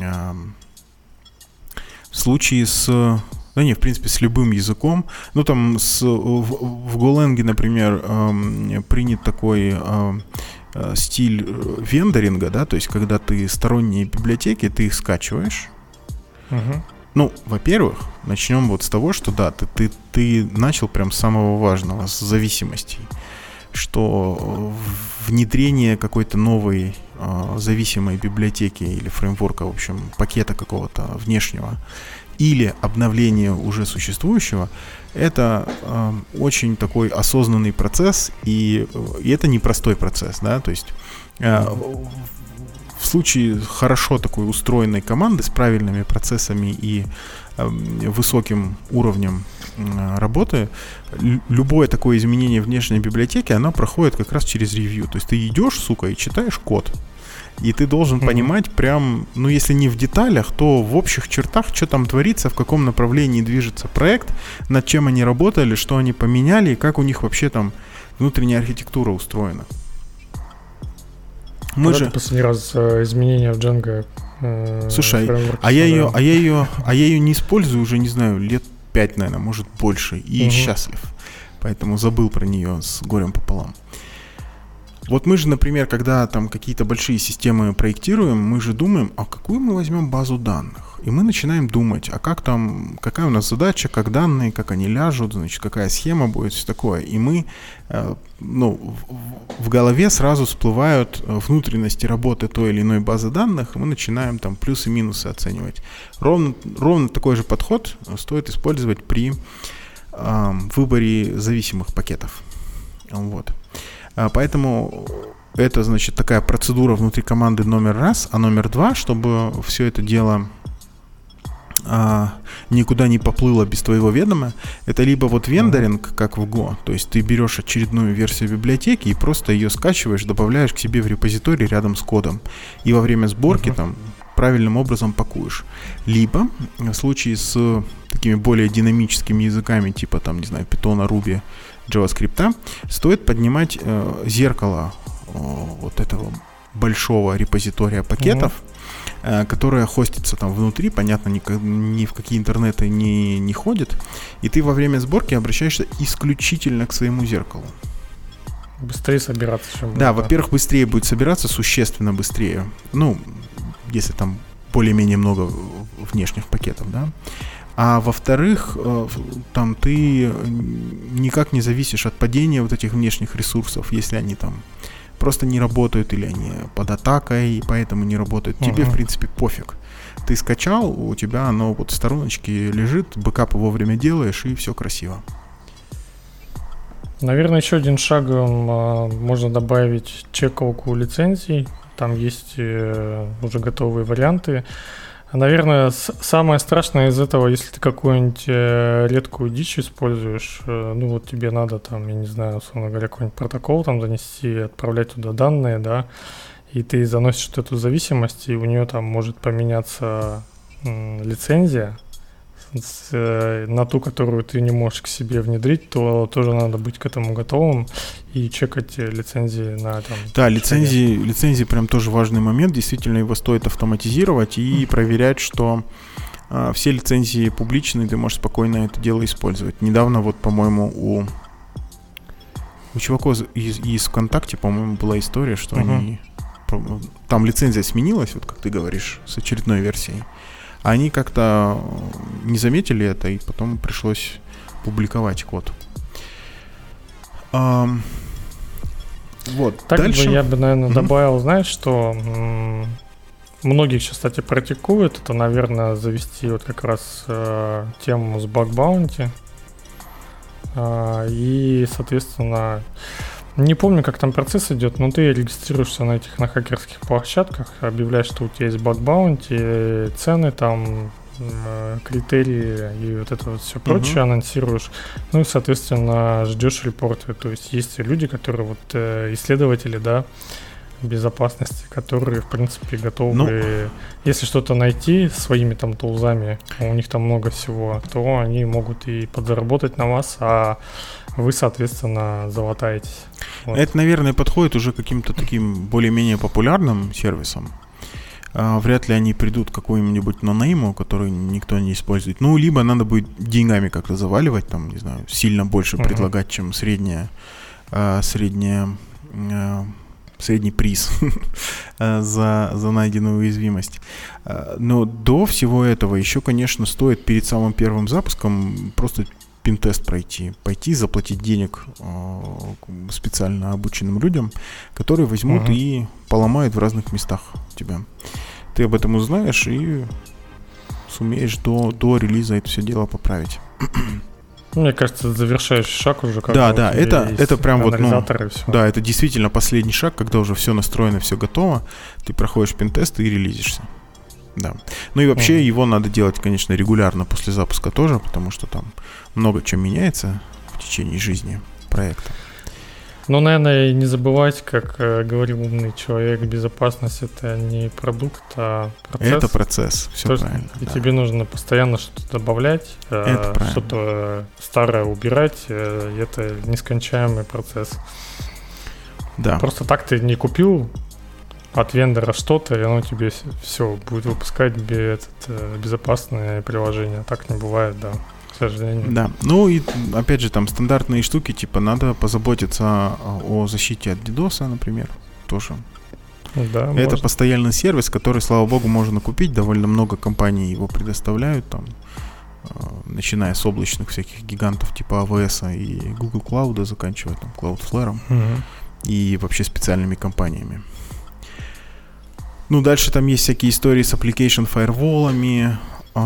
В случае с... Да не, в принципе, с любым языком. Ну, там с, в, в Golang, например, принят такой стиль вендоринга, да, то есть когда ты сторонние библиотеки, ты их скачиваешь. Uh-huh. Ну, во-первых, начнем вот с того, что да, ты, ты, ты начал прям с самого важного, с зависимостей. Что внедрение какой-то новой э, зависимой библиотеки или фреймворка, в общем, пакета какого-то внешнего, или обновление уже существующего, это э, очень такой осознанный процесс, и, и это непростой процесс, да, то есть э, в случае хорошо такой устроенной команды с правильными процессами и э, высоким уровнем э, работы, л- любое такое изменение внешней библиотеки, оно проходит как раз через ревью. То есть ты идешь, сука, и читаешь код. И ты должен mm-hmm. понимать прям, ну если не в деталях, то в общих чертах, что там творится, в каком направлении движется проект, над чем они работали, что они поменяли, и как у них вообще там внутренняя архитектура устроена. Мы Когда же... ты последний раз э, изменения в Django э, Слушай, а я, ее, а, я ее, а я ее не использую уже, не знаю, лет пять, наверное, может больше, и угу. счастлив. Поэтому забыл про нее с горем пополам. Вот мы же, например, когда там какие-то большие системы проектируем, мы же думаем, а какую мы возьмем базу данных? И мы начинаем думать, а как там, какая у нас задача, как данные, как они ляжут, значит, какая схема будет, все такое. И мы, э, ну, в, в голове сразу всплывают внутренности работы той или иной базы данных, и мы начинаем там плюсы и минусы оценивать. Ровно, ровно такой же подход стоит использовать при э, выборе зависимых пакетов. Вот. Поэтому это, значит, такая процедура внутри команды номер раз, а номер два, чтобы все это дело а, никуда не поплыло без твоего ведома, это либо вот вендоринг, как в Go, то есть ты берешь очередную версию библиотеки и просто ее скачиваешь, добавляешь к себе в репозиторий рядом с кодом, и во время сборки uh-huh. там правильным образом пакуешь. Либо в случае с такими более динамическими языками, типа там, не знаю, Python, Ruby, JavaScript, стоит поднимать э, зеркало э, вот этого большого репозитория пакетов, mm-hmm. э, которое хостится там внутри, понятно, ни, ни в какие интернеты не, не ходит, и ты во время сборки обращаешься исключительно к своему зеркалу. Быстрее собираться, чем будет. Да, во-первых, быстрее будет собираться, существенно быстрее. Ну, если там более-менее много внешних пакетов, да. А во-вторых, там ты никак не зависишь от падения вот этих внешних ресурсов, если они там просто не работают или они под атакой, и поэтому не работают. Uh-huh. Тебе, в принципе, пофиг. Ты скачал, у тебя оно вот в стороночке лежит, бэкапы вовремя делаешь, и все красиво. Наверное, еще один шаг можно добавить чекалку лицензий. Там есть уже готовые варианты. Наверное, самое страшное из этого, если ты какую-нибудь э, редкую дичь используешь, э, ну вот тебе надо там, я не знаю, условно говоря, какой-нибудь протокол там занести, отправлять туда данные, да, и ты заносишь эту зависимость, и у нее там может поменяться м, лицензия с, э, на ту, которую ты не можешь к себе внедрить, то тоже надо быть к этому готовым и чекать лицензии на этом. Да, лицензии, лицензии прям тоже важный момент. Действительно, его стоит автоматизировать и проверять, что все лицензии публичные, ты можешь спокойно это дело использовать. Недавно вот, по-моему, у, у чуваков из, из ВКонтакте, по-моему, была история, что uh-huh. они... Там лицензия сменилась, вот как ты говоришь, с очередной версией. А они как-то не заметили это, и потом пришлось публиковать код. А, вот, так дальше... бы я бы, наверное, mm-hmm. добавил, знаешь, что м- многие сейчас, кстати, практикуют, это, наверное, завести вот как раз э, тему с баг-баунти. Э, и, соответственно, не помню, как там процесс идет, но ты регистрируешься на этих на хакерских площадках, объявляешь, что у тебя есть баг-баунти, цены там, критерии и вот это вот все прочее, uh-huh. анонсируешь. Ну и, соответственно, ждешь репорты. То есть есть люди, которые вот исследователи, да, безопасности, которые, в принципе, готовы, ну, если что-то найти своими там тулзами, у них там много всего, то они могут и подзаработать на вас, а вы, соответственно, залатаетесь. Вот. Это, наверное, подходит уже к каким-то таким более-менее популярным сервисам. А, вряд ли они придут к какому-нибудь нонейму, который никто не использует. Ну, либо надо будет деньгами как-то заваливать, там, не знаю, сильно больше uh-huh. предлагать, чем средняя, а, средняя, а, средний приз за, за найденную уязвимость. А, но до всего этого еще, конечно, стоит перед самым первым запуском просто пин-тест пройти, пойти заплатить денег э, специально обученным людям, которые возьмут uh-huh. и поломают в разных местах тебя. Ты об этом узнаешь и сумеешь до, до релиза это все дело поправить. Мне кажется, завершающий шаг уже. Как да, да, это, это прям вот, ну, все. Да, это действительно последний шаг, когда уже все настроено, все готово, ты проходишь пин-тест и релизишься. Да. Ну и вообще uh-huh. его надо делать, конечно, регулярно после запуска тоже, потому что там много чего меняется в течение жизни проекта. Ну, наверное, не забывать, как э, говорил умный человек, безопасность — это не продукт, а процесс. Это процесс, все То правильно. И да. тебе нужно постоянно что-то добавлять, э, что-то старое убирать. Э, это нескончаемый процесс. Да. Просто так ты не купил от вендора что-то, и оно тебе все будет выпускать без, это, безопасное приложение. Так не бывает, да, к сожалению. Да, ну и опять же там стандартные штуки, типа надо позаботиться о защите от дидоса, например, тоже. Да, это можно. постоянный сервис, который, слава богу, можно купить. Довольно много компаний его предоставляют, там, начиная с облачных всяких гигантов типа эй дабл ю эс и Google Cloud, заканчивая там Cloudflare угу. и вообще специальными компаниями. Ну, дальше там есть всякие истории с application firewall'ами.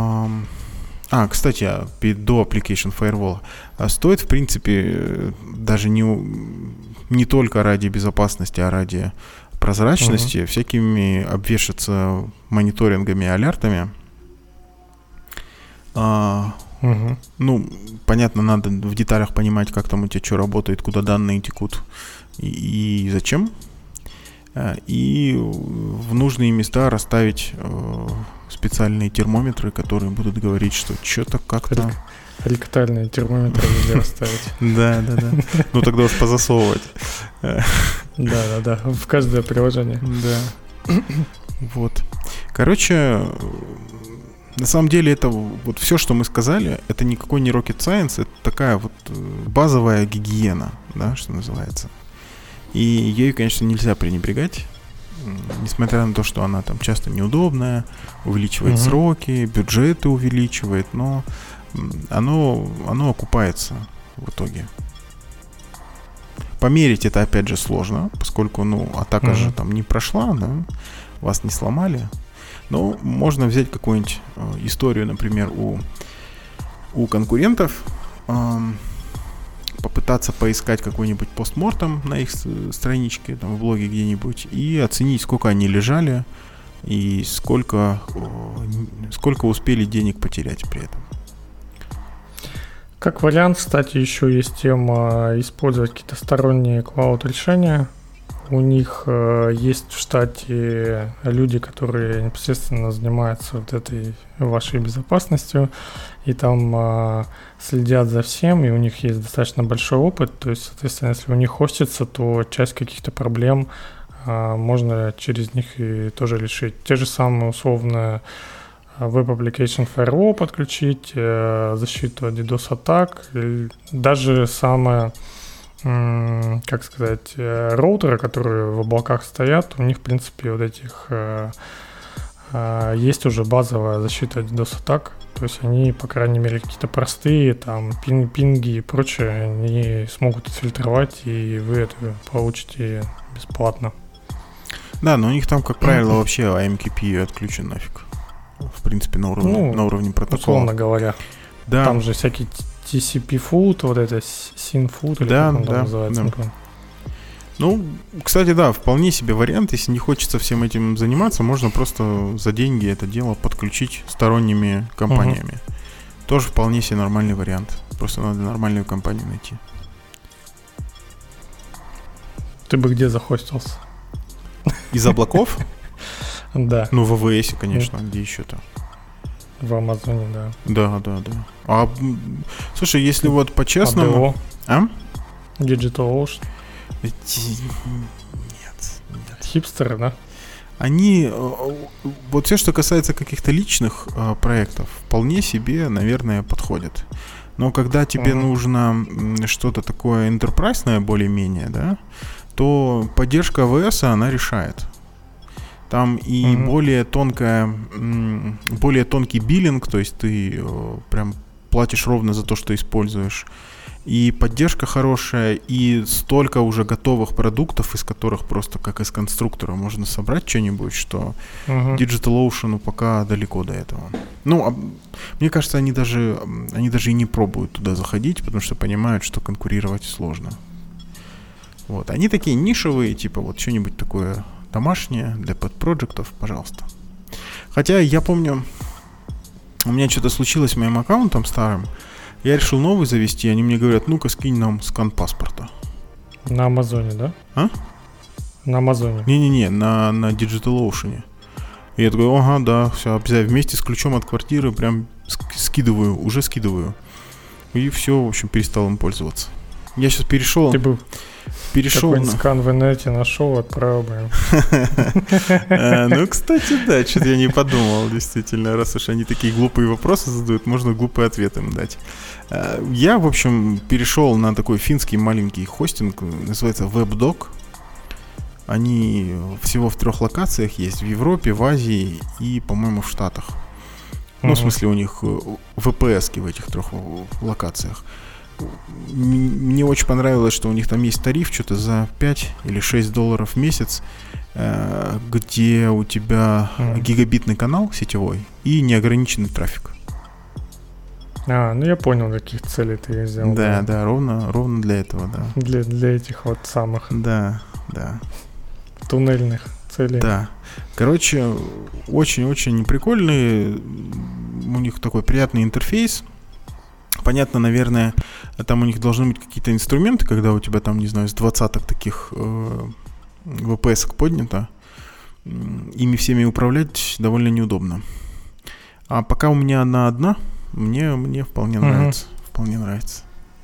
А, кстати, до application firewall стоит, в принципе, даже не, не только ради безопасности, а ради прозрачности, uh-huh. всякими обвешаться мониторингами и алертами. А, uh-huh. Ну, понятно, надо в деталях понимать, как там у тебя что работает, куда данные текут и, и зачем. И в нужные места расставить э, специальные термометры, которые будут говорить, что что-то как-то... Ректальные термометры везде расставить. Да, да, да. Ну тогда уж позасовывать. Да, да, да. В каждое приложение. Да. Вот. Короче, на самом деле это вот все, что мы сказали, это никакой не rocket science, это такая вот базовая гигиена, да, что называется. И ею, конечно, нельзя пренебрегать, несмотря на то, что она там часто неудобная, увеличивает uh-huh. сроки, бюджеты увеличивает, но оно, оно окупается в итоге. Померить это, опять же, сложно, поскольку, ну, атака uh-huh. же там не прошла, да, вас не сломали. Но можно взять какую-нибудь э, историю, например, у, у конкурентов, э, попытаться поискать какой-нибудь постмортем на их страничке, там, в блоге где-нибудь, и оценить, сколько они лежали и сколько, сколько успели денег потерять при этом. Как вариант, кстати, еще есть тема использовать какие-то сторонние клауд-решения. У них э, есть в штате люди, которые непосредственно занимаются вот этой вашей безопасностью и там э, следят за всем, и у них есть достаточно большой опыт. То есть, соответственно, если у них хостится, то часть каких-то проблем э, можно через них и тоже решить. Те же самые условно Web Application Firewall подключить, защиту от DDoS-атак, даже самое, как сказать, роутеры, которые в облаках стоят, у них, в принципе, вот этих есть уже базовая защита от DDoS-атак, то есть они, по крайней мере, какие-то простые, там, пин, пинги и прочее, они смогут отфильтровать, и вы это получите бесплатно. Да, но у них там, как правило, вообще эй эм кей пи отключен нафиг. В принципе, на уровне, ну, на уровне протокола. Условно говоря. Да. Там же всякие ти си пи-фуд, вот это син-фуд, или да, как он да, там называется. Да. Ну, кстати, да, вполне себе вариант. Если не хочется всем этим заниматься, можно просто за деньги это дело подключить сторонними компаниями. Угу. Тоже вполне себе нормальный вариант. Просто надо нормальную компанию найти. Ты бы где захостился? Из облаков? Да. Ну, в эй ви эс, конечно, где еще-то? В Амазоне, да. Да, да, да. А, слушай, если вот по-честному... А? DigitalOcean. Нет, нет. Хипстеры, да? Они, вот все, что касается каких-то личных э, проектов, вполне себе, наверное, подходят. Но когда тебе uh-huh. нужно что-то такое энтерпрайзное более-менее, да, то поддержка эй ви эс, она решает. Там и uh-huh. более тонкая, более тонкий биллинг, то есть ты э, прям платишь ровно за то, что используешь. И поддержка хорошая, и столько уже готовых продуктов, из которых просто как из конструктора можно собрать что-нибудь, что uh-huh. DigitalOcean пока далеко до этого. Ну, а, мне кажется, они даже, они даже и не пробуют туда заходить, потому что понимают, что конкурировать сложно. Вот. Они такие нишевые, типа вот что-нибудь такое домашнее для подпроектов, пожалуйста. Хотя я помню, у меня что-то случилось с моим аккаунтом старым. Я решил новый завести, они мне говорят, ну-ка скинь нам скан паспорта. На Амазоне, да? А? На Амазоне. Не-не-не, на, на DigitalOcean. И я такой, ага, да, все, обязательно вместе с ключом от квартиры прям скидываю, уже скидываю. И все, в общем, перестал им пользоваться. Я сейчас перешел... Ты бы перешел какой-нибудь на... скан в инете нашел, отправил бы. Ну, кстати, да, что-то я не подумал, действительно. Раз уж они такие глупые вопросы задают, можно глупые ответы им дать. Я, в общем, перешел на такой финский маленький хостинг, называется WebDoc. Они всего в трех локациях есть: в Европе, в Азии и, по-моему, в Штатах. Ну, в смысле, у них ви пи эс-ки в этих трех локациях. Мне очень понравилось, что у них там есть тариф что-то за пять или шесть долларов в месяц, где у тебя mm. гигабитный канал сетевой и неограниченный трафик. А, ну я понял, каких целей ты сделал. Да, да, да, ровно, ровно для этого, да. Для, для этих вот самых. Да, да. Туннельных целей. Да. Короче, очень-очень прикольный. У них такой приятный интерфейс. Понятно, наверное, там у них должны быть какие-то инструменты, когда у тебя там, не знаю, с двадцаток таких э, ви пи эс-ок поднято. Ими всеми управлять довольно неудобно. А пока у меня она одна, мне, мне вполне uh-huh. нравится. Вполне нравится.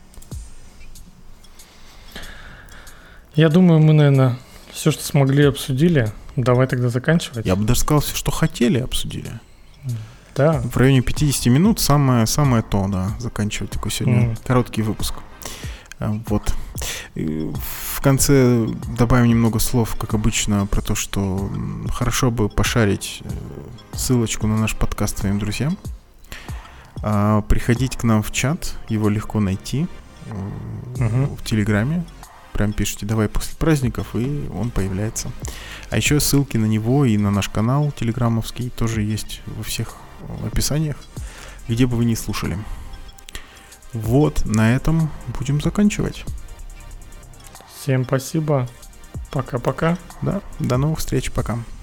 Я думаю, мы, наверное, все, что смогли, обсудили. Давай тогда заканчивать. Я бы даже сказал, все, что хотели, обсудили. Да. В районе пятьдесят минут самое, самое то, да, заканчивать такой сегодня mm. короткий выпуск. Вот. И в конце добавим немного слов, как обычно, про то, что хорошо бы пошарить ссылочку на наш подкаст своим друзьям. Приходить к нам в чат, его легко найти uh-huh. в Телеграме. Прям пишите «давай после праздников», и он появляется. А еще ссылки на него и на наш канал телеграммовский тоже есть во всех описаниях, где бы вы ни слушали. Вот, на этом будем заканчивать. Всем спасибо. Пока-пока. Да, до новых встреч, пока.